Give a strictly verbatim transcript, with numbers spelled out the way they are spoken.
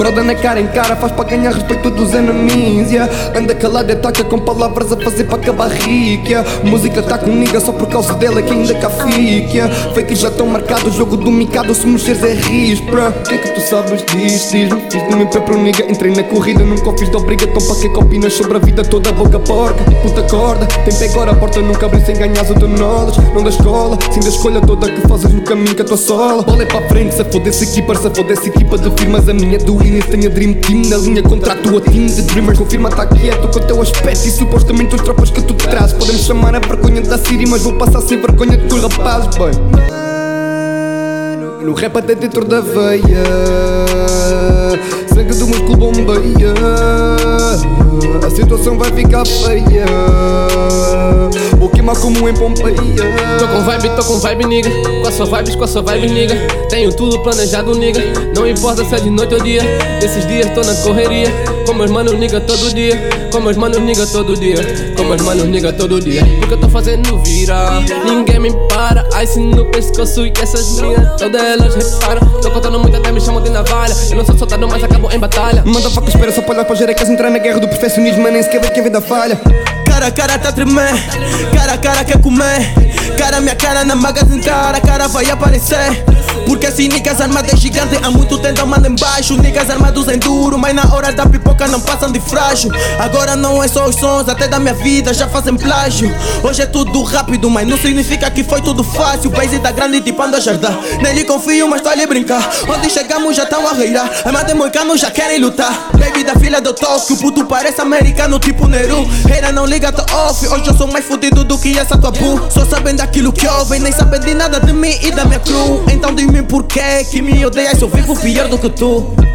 broda na cara em cara, faz para ganhar respeito dos enemies, yeah. Anda calado e ataca com palavras a fazer para acabar rico, yeah. Música tá com niga só por causa dela que ainda cá fica, yeah. Fake já tão marcado, o jogo do micado, se mexeres é risco, bro. O que é que tu sabes disso? Diz-me, fiz de mim pé pro niga. Entrei na corrida, nunca o fiz de obriga. Então para que é que opinas sobre a vida toda, boca porca? Puta corda, tem pé agora, a porta nunca abre sem ganhares o teu knowledge. Não da escola, sim da escolha toda que fazes no caminho que a tua sola. Bola é para frente, se foda-se equipa, se foda-se equipa de firmas. A minha do Inês tem a Dream Team na linha contra a tua team de Dreamers. Confirma, tá quieto com o teu aspecto e supostamente os tropas que tu trazes. Podemos chamar a vergonha da Siri, mas vou passar sem vergonha de teus rapazes, boy. No rap até dentro da veia, sangue do músculo bombeia. A situação vai ficar feia, vou queimar como em Pompeia. Tô com vibe, tô com vibe, nigga. Com a sua vibes, com a sua vibe, nigga. Tenho tudo planejado, nigga. Não importa se é de noite ou dia. Desses dias tô na correria. Com meus manos, nigga, todo dia. Com meus manos, nigga, todo dia. Com meus manos, nigga, todo dia. Porque eu tô fazendo vira, ninguém me para. Ice no pescoço e essas minhas todas elas reparam. Tô contando muito até me chamam de navalha. Eu não sou soldado, mas acabo em batalha. Manda faca, espera só para olhar para o jerecas. Entrar na guerra do perfeccionismo, mas nem sequer vê quem vem da falha. Cara a cara tá tremer, cara a cara quer comer. Cara minha cara na magazine, cara a cara vai aparecer. Porque assim niggas armados é gigante, há muito tempo manda embaixo. Niggas armados em duro, mas na hora da pipoca não passam de frágil. Agora não é só os sons, até da minha vida já fazem plágio. Hoje é tudo rápido, mas não significa que foi tudo fácil. Base tá grande tipo ando a jardar. Nele confio, mas tô ali brincar. Onde chegamos já tão a reirar. Armados moicanos já querem lutar. Baby da filha do Tóquio, puto parece americano tipo Neru. Reira não liga, tô off. Hoje eu sou mais fudido do que essa tua boo. Só sabem daquilo que ouvem, nem sabem de nada de mim e da minha crew. Então diz-me por que que me odeias, eu vivo pior do que tu.